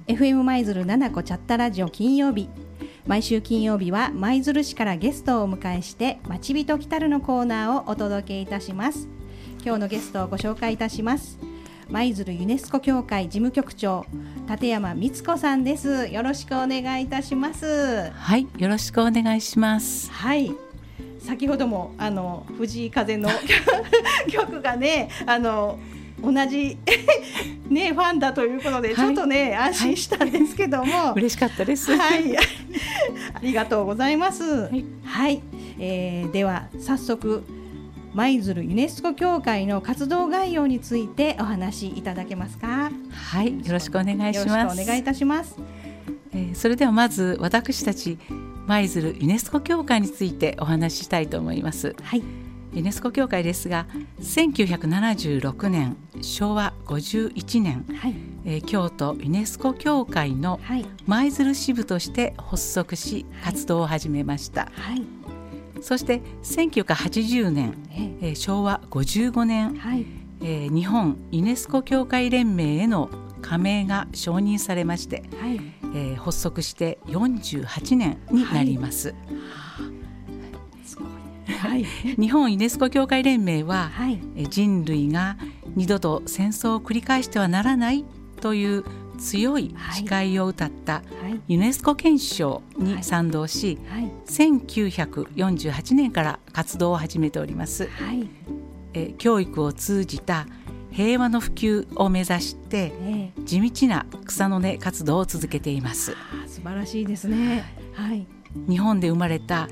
FM 舞鶴七子チャッタラジオ金曜日、毎週金曜日は舞鶴市からゲストをお迎えしてまちびと来たるのコーナーをお届けいたします。今日のゲストをご紹介いたします。舞鶴ユネスコ協会事務局長立山光子さんです。よろしくお願いいたします。 はい、よろしくお願いします。 はい、先ほども藤井風の曲がね同じねファンだということで、ちょっとね、安心したんですけども、 嬉しかったです。 はい、ありがとうございます。はい、では早速舞鶴ユネスコ協会の活動概要についてお話しいただけますか。 はい、よろしくお願いします。 よろしくお願いいたします。 それではまず私たち舞鶴ユネスコ協会についてお話ししたいと思います。 はい、 ユネスコ協会ですが、1976年昭和51年、はい、京都ユネスコ協会の舞鶴支部として発足し、活動を始めました。はい、そして1980年、昭和55年、はい、日本ユネスコ協会連盟への加盟が承認されまして、はい、発足して48年になります。はい、日本ユネスコ協会連盟は、はい、人類が二度と戦争を繰り返してはならないという強い誓いを歌ったユネスコ憲章に賛同し、はいはい、1948年から活動を始めております。はい、教育を通じた平和の普及を目指して、地道な草の根活動を続けています。 素晴らしいですね。はい、 日本で生まれた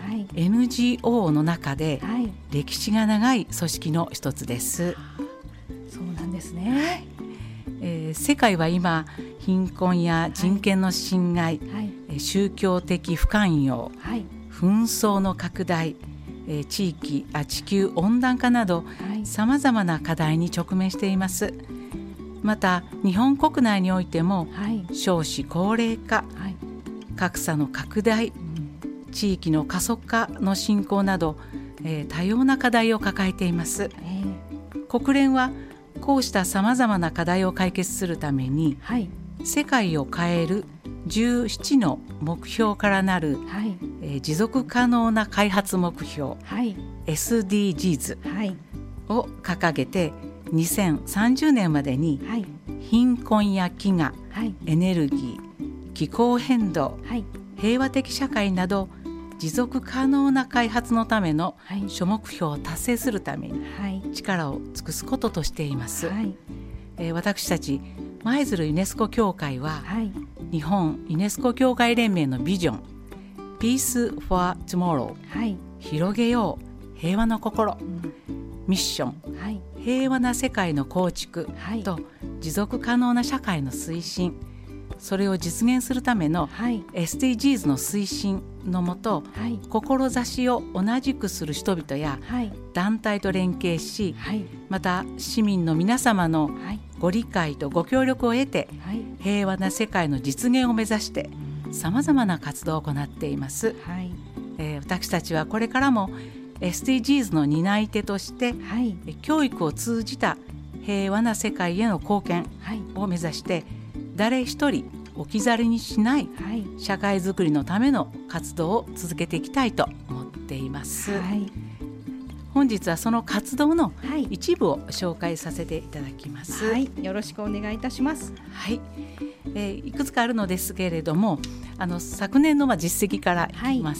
NGO の中で歴史が長い組織の一つです。 そうなんですね。 世界は今貧困や人権の侵害、宗教的不寛容、紛争の拡大、地球温暖化などさまざまな課題に直面しています。また日本国内においても、少子高齢化、格差の拡大、地域の過疎化の進行など、多様な課題を抱えています。国連はこうしたさまざまな課題を解決するために、世界を変える17の目標からなる、持続可能な開発目標、SDGs を掲げて、2030年までに、貧困や飢餓、エネルギー、気候変動、平和的社会など持続可能な開発のための諸目標を達成するために力を尽くすこととしています。私たち舞鶴ユネスコ協会は、日本ユネスコ協会連盟のビジョン Peace for Tomorrow、広げよう平和の心、ミッション、平和な世界の構築と持続可能な社会の推進、それを実現するための SDGs の推進のもと、志を同じくする人々や団体と連携し、また市民の皆様のご理解とご協力を得て、平和な世界の実現を目指してさまざまな活動を行っています。私たちはこれからも SDGs の担い手として、教育を通じた平和な世界への貢献を目指して、誰一人置き去りにしない社会づくりのための活動を続けていきたいと思っています。本日はその活動の一部を紹介させていただきます。 よろしくお願いいたします。 いくつかあるのですけれども、昨年の実績からいきます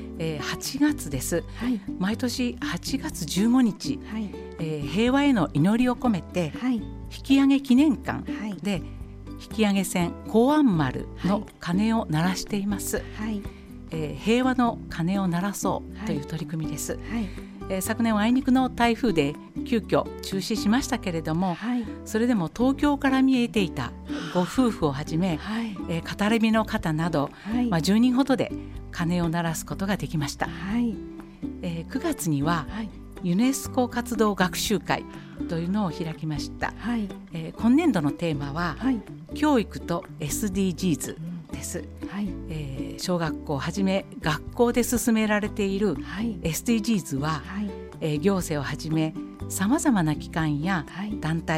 。8月です。毎年8月15日、平和への祈りを込めて、引き上げ記念館で引き上げ船幸安丸の鐘を鳴らしています。平和の鐘を鳴らそうという取り組みです。昨年はあいにくの台風で急遽中止しましたけれども、それでも東京から見えていたご夫婦をはじめ、語り火の方など、10人ほどで鐘を鳴らすことができました。9月には、ユネスコ活動学習会というのを開きました。今年度のテーマは、教育と SDGs です。小学校をはじめ学校で進められている SDGs は、行政をはじめさまざまな機関や団体、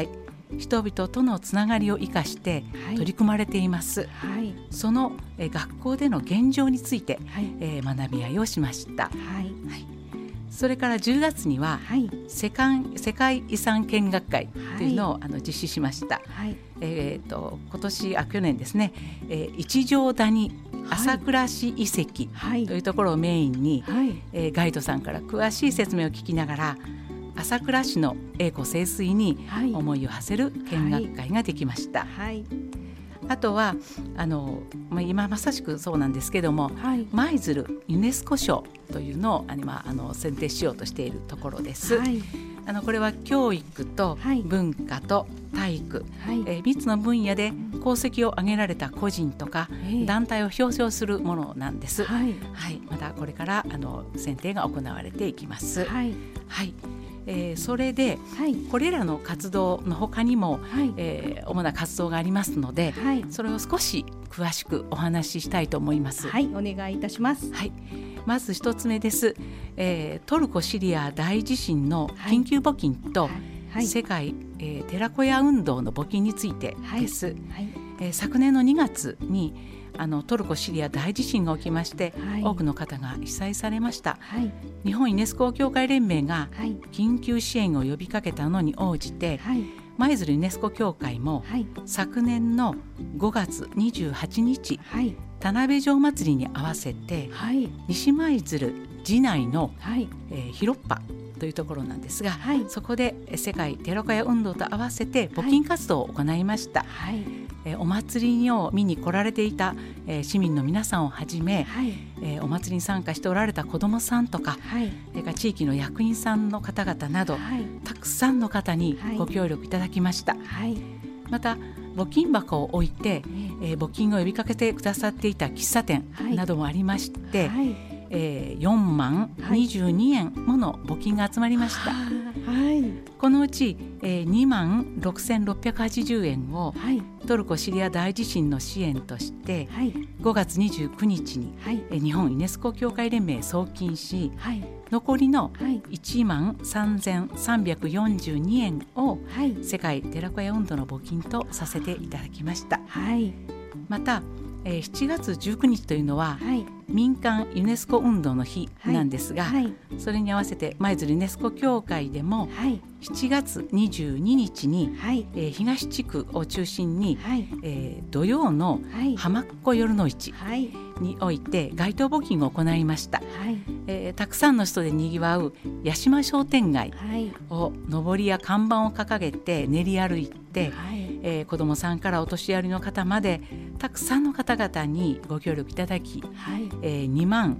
人々とのつながりを生かして取り組まれています、はい、その学校での現状について、はい、学び合いをしました、はいはい、それから10月には、はい、世界遺産見学会というのを、実施しました、はい、去年ですね、一条谷朝倉市遺跡というところをメインに、はいガイドさんから詳しい説明を聞きながら朝倉市の栄枯盛衰に思いを馳せる見学会ができました、はいはい、あとは今まさしくそうなんですけども、舞鶴ユネスコ賞というのを今選定しようとしているところです、はい、これは教育と文化と体育、3つの分野で功績を挙げられた個人とか団体を表彰するものなんです、はいはい、またこれから選定が行われていきます、はいはいそれで、はい、これらの活動の他にも、はい主な活動がありますので、はい、それを少し詳しくお話ししたいと思います。 はい、お願いいたします。 はい、まず一つ目です、トルコ・シリア大地震の緊急募金と、はいはい、世界、寺子屋運動の募金についてです、はいはい昨年の2月にトルコ・シリア大地震が起きまして、はい、多くの方が被災されました、はい、日本ユネスコ協会連盟が緊急支援を呼びかけたのに応じて、はい、舞鶴ユネスコ協会も、はい、昨年の5月28日、はい、田辺城祭りに合わせて、はい、西舞鶴市内の、はい広っ端というところなんですが、はい、そこで世界寺子屋運動と合わせて募金活動を行いました、はいお祭りを見に来られていた、市民の皆さんをはじめ、はいお祭りに参加しておられた子どもさんとか、はい、それから地域の役員さんの方々など、はい、たくさんの方にご協力いただきました、はい、また募金箱を置いて、募金を呼びかけてくださっていた喫茶店などもありまして、はい4万22円もの募金が集まりました、はい、このうち、2万6680円を、はい、トルコ・シリア大地震の支援として、はい、5月29日に、はい日本ユネスコ協会連盟へ送金し、はい、残りの1万3342円を、はい、世界寺子屋運動の募金とさせていただきました、はい、また7月19日というのは、はい、民間ユネスコ運動の日なんですが、はいはい、それに合わせて舞鶴ユネスコ協会でも、はい、7月22日に、はい東地区を中心に、はい土曜の浜っ子夜の市において街頭募金を行いました、はいたくさんの人でにぎわう八島商店街を上りや看板を掲げて練り歩いて、はい子どもさんからお年寄りの方までたくさんの方々にご協力いただき、はい2万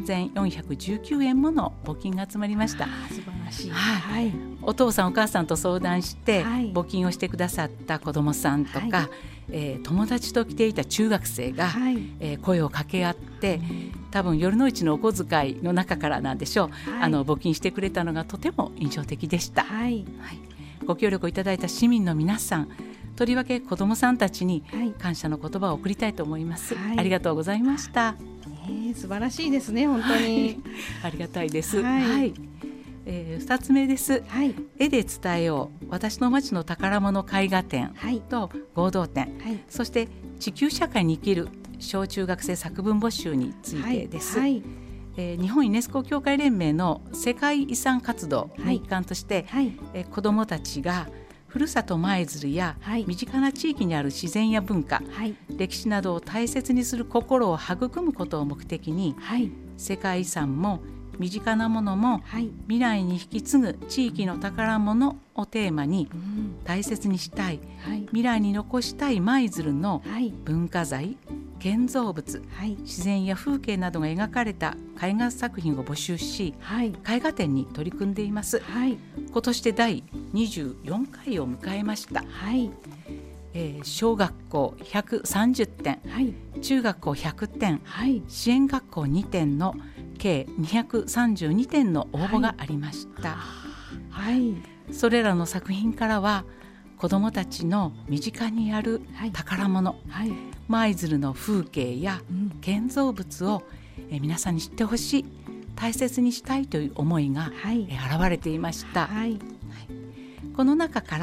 3419円もの募金が集まりました。 素晴らしい、 はい、お父さんお母さんと相談して、はい、募金をしてくださった子どもさんとか、はい友達と来ていた中学生が、はい声を掛け合って、多分夜の市のお小遣いの中からなんでしょう、はい、募金してくれたのがとても印象的でした、はいはい、ご協力いただいた市民の皆さんとりわけ子どもさんたちに感謝の言葉を送りたいと思います、はい、ありがとうございました、 素晴らしいですね本当に、はい、 ありがたいです、はいはい2つ目です、はい、絵で伝えよう私の町の宝物絵画展と合同展、はい、そして地球社会に生きる小中学生作文募集についてです、はいはい日本ユネスコ協会連盟の世界遺産活動の一環として、はい子どもたちがふるさと舞鶴や身近な地域にある自然や文化、はい、歴史などを大切にする心を育むことを目的に、はい、世界遺産も身近なものも、はい、未来に引き継ぐ地域の宝物をテーマに、大切にしたい、はい、未来に残したい舞鶴の文化財、建造物、はい、自然や風景などが描かれた絵画作品を募集し、はい、絵画展に取り組んでいます、はい、今年で第24回を迎えました、はい小学校130点、はい、中学校100点、はい、支援学校2点の計232点の応募がありました、はいはい、それらの作品からは子どもたちの身近にある宝物、はいはい、舞鶴の風景や建造物を、皆さんに知ってほしい大切にしたいという思いが、はい現れていました、はいはい、この中から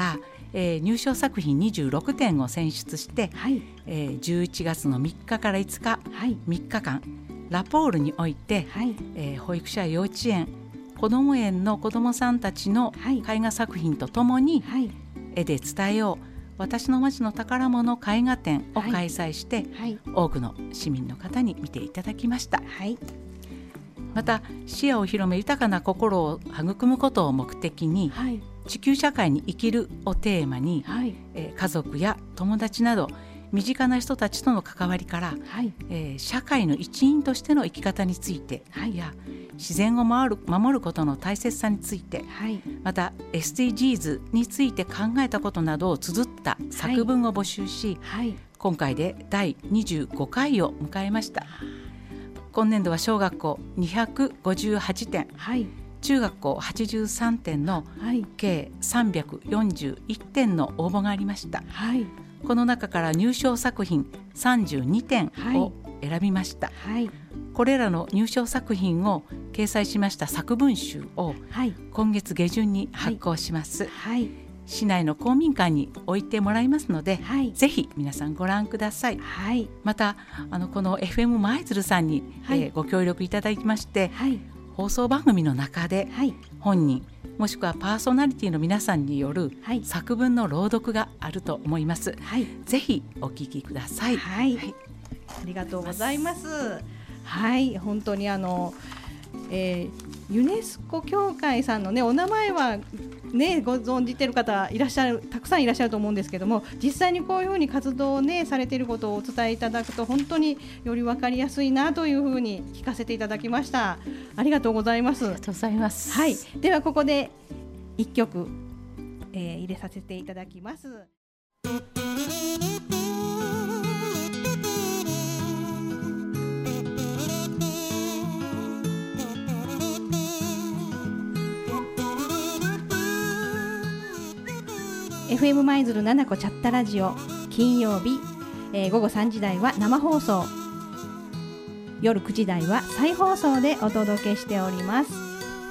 入賞作品26点を選出して、11月の3日から5日、3日間ラポールにおいて、保育所や幼稚園、こども園の子どもさんたちの絵画作品とともに、絵で伝えよう私の町の宝物絵画展を開催して、多くの市民の方に見ていただきました。また視野を広め豊かな心を育むことを目的に、地球社会に生きるをテーマに、家族や友達など身近な人たちとの関わりから、社会の一員としての生き方について、や自然を守ることの大切さについて、また SDGs について考えたことなどを綴った作文を募集し、今回で第25回を迎えました。今年度は小学校258点、中学校83点の計341点の応募がありました。この中から入賞作品32点を選びました。これらの入賞作品を掲載しました作文集を今月下旬に発行します。市内の公民館に置いてもらいますので、ぜひ皆さんご覧ください。またこの FM 舞鶴さんに、ご協力いただきまして、放送番組の中で、本人もしくはパーソナリティの皆さんによる作文の朗読があると思います。ぜひお聞きください。 ありがとうございます。本当にユネスコ協会さんのね、お名前はね、ご存じている方たくさんいらっしゃると思うんですけども、実際にこういうふうに活動をねされていることをお伝えいただくと本当により分かりやすいなというふうに聞かせていただきました。ありがとうございます。 ありがとうございます。 ではここで1曲、入れさせていただきます。FM 舞鶴7個チャッタラジオ、金曜日、午後3時台は生放送、夜9時台は再放送でお届けしております。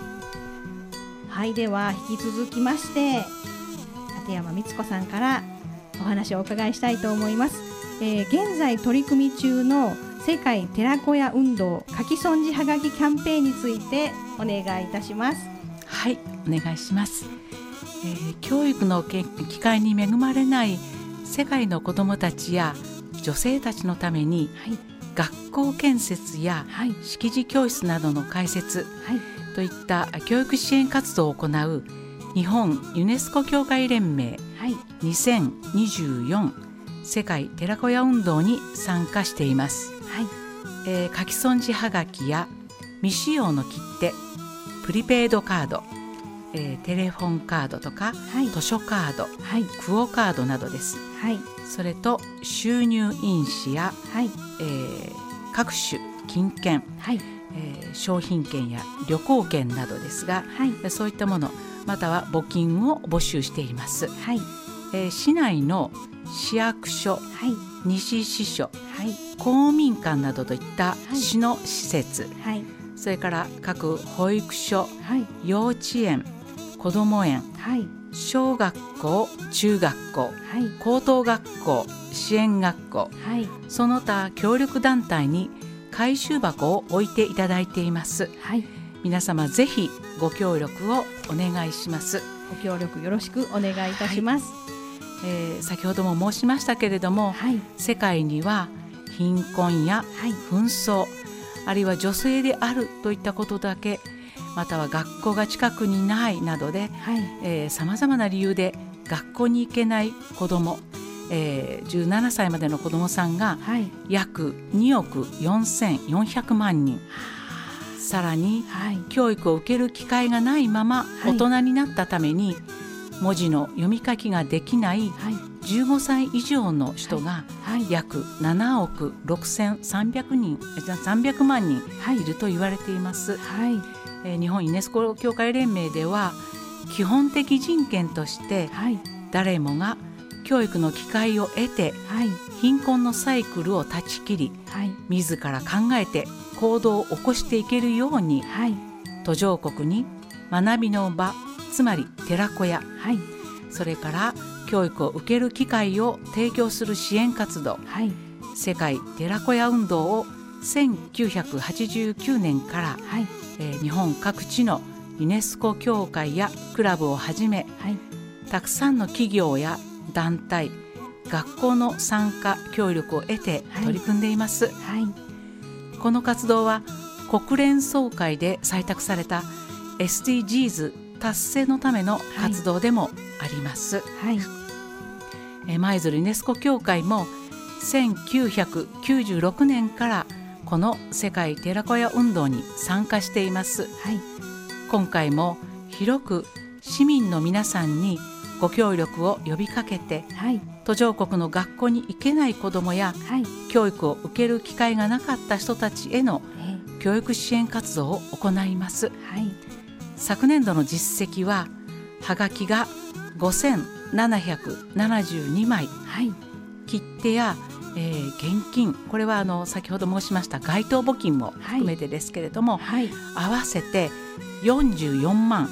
では引き続きまして立山光子さんからお話をお伺いしたいと思います。現在取り組み中の世界寺子屋運動書き損じはがきキャンペーンについてお願いいたします。 お願いします。教育の機会に恵まれない世界の子どもたちや女性たちのために、学校建設や識字教室などの開設といった教育支援活動を行う日本ユネスコ協会連盟2024世界寺子屋運動に参加しています。書き損じはがきや未使用の切手、プリペイドカード、テレフォンカードとか、図書カード、クオカードなどです。それと収入印紙や、各種金券、商品券や旅行券などですが、そういったものまたは募金を募集しています。市内の市役所、西支所、公民館などといった市の施設、それから各保育所、幼稚園、子ども園、小学校、中学校、高等学校、支援学校、その他協力団体に回収箱を置いていただいています。皆様ぜひご協力をお願いします。 ご協力よろしくお願いいたします。 先ほども申しましたけれども、世界には貧困や紛争、あるいは女性であるといったことだけ、または学校が近くにないなどでさまざまな理由で学校に行けない子ども、17歳までの子どもさんが約2億4400万人、さらに、教育を受ける機会がないまま大人になったために、文字の読み書きができない15歳以上の人が約7億6300万人いると言われています。日本ユネスコ協会連盟では基本的人権として、誰もが教育の機会を得て、貧困のサイクルを断ち切り、自ら考えて行動を起こしていけるように、途上国に学びの場、つまり寺子屋、それから教育を受ける機会を提供する支援活動、世界寺子屋運動を1989年から、日本各地のユネスコ協会やクラブをはじめ、たくさんの企業や団体、学校の参加協力を得て取り組んでいます。この活動は国連総会で採択された SDGs 達成のための活動でもあります。舞鶴ユネスコ協会も1996年からこの世界寺子屋運動に参加しています。今回も広く市民の皆さんにご協力を呼びかけて、途上国の学校に行けない子どもや、教育を受ける機会がなかった人たちへの教育支援活動を行います。昨年度の実績ははがきが5772枚、切手や現金、これは先ほど申しました街頭募金も含めてですけれども、合わせて44万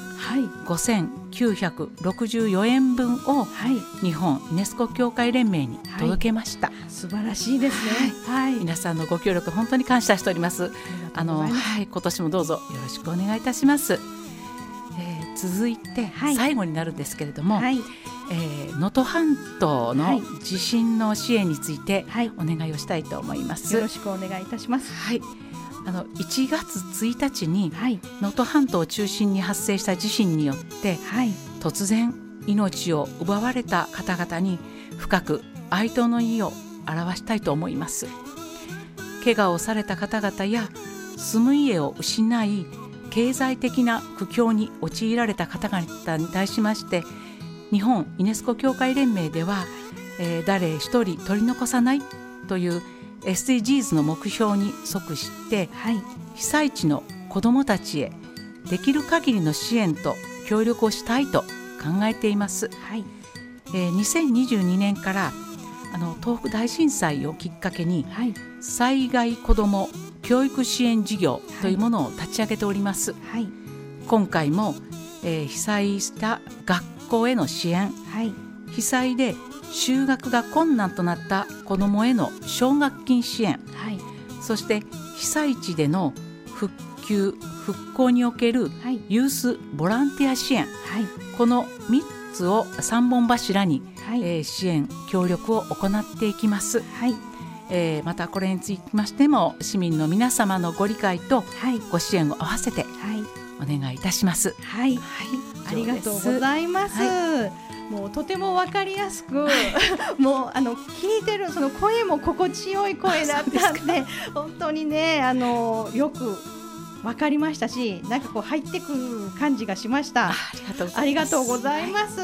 5964円分を日本ユネスコ協会連盟に届けました。 素晴らしいですね。 皆さんのご協力本当に感謝しております。今年もどうぞよろしくお願いいたします。続いて最後になるんですけれども、能登半島の地震の支援についてお願いをしたいと思います。 よろしくお願いいたします。 1月1日に能登半島を中心に発生した地震によって、突然命を奪われた方々に深く哀悼の意を表したいと思います。怪我をされた方々や住む家を失い経済的な苦境に陥られた方々に対しまして、日本ユネスコ協会連盟では、誰一人取り残さないという SDGs の目標に即して、被災地の子どもたちへできる限りの支援と協力をしたいと考えています。2022年から東北大震災をきっかけに、災害子ども教育支援事業というものを立ち上げております。今回も、被災した学校への支援、被災で就学が困難となった子どもへの奨学金支援、そして被災地での復旧復興におけるユースボランティア支援、この3つを3本柱に、支援協力を行っていきます。またこれにつきましても市民の皆様のご理解とご支援を合わせてお願いいたします。 ありがとうございます。もうとても分かりやすくもう聞いてるその声も心地よい声だったんで本当にねよく分かりましたし、なんかこう入ってくる感じがしました。ありがとうございます。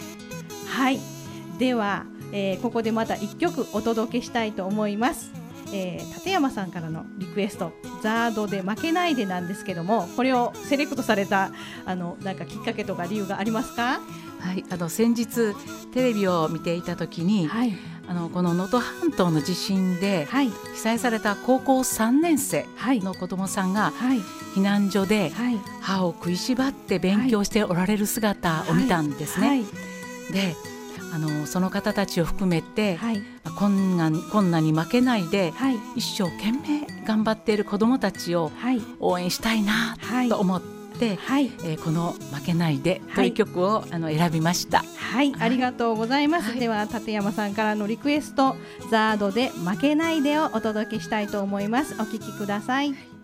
では、ここでまた1曲お届けしたいと思います。立山さんからのリクエスト、ザードで負けないでなんですけども、これをセレクトされたなんかきっかけとか理由がありますか？ 先日テレビを見ていた時に、この能登半島の地震で被災された高校3年生の子どもさんが避難所で歯を食いしばって勉強しておられる姿を見たんですね。でその方たちを含めて、困難に負けないで、一生懸命頑張っている子どもたちを応援したいなと思って、この負けないでという曲を選びました。 ありがとうございます。では立山さんからのリクエスト、ザードで負けないでをお届けしたいと思います。お聴きください。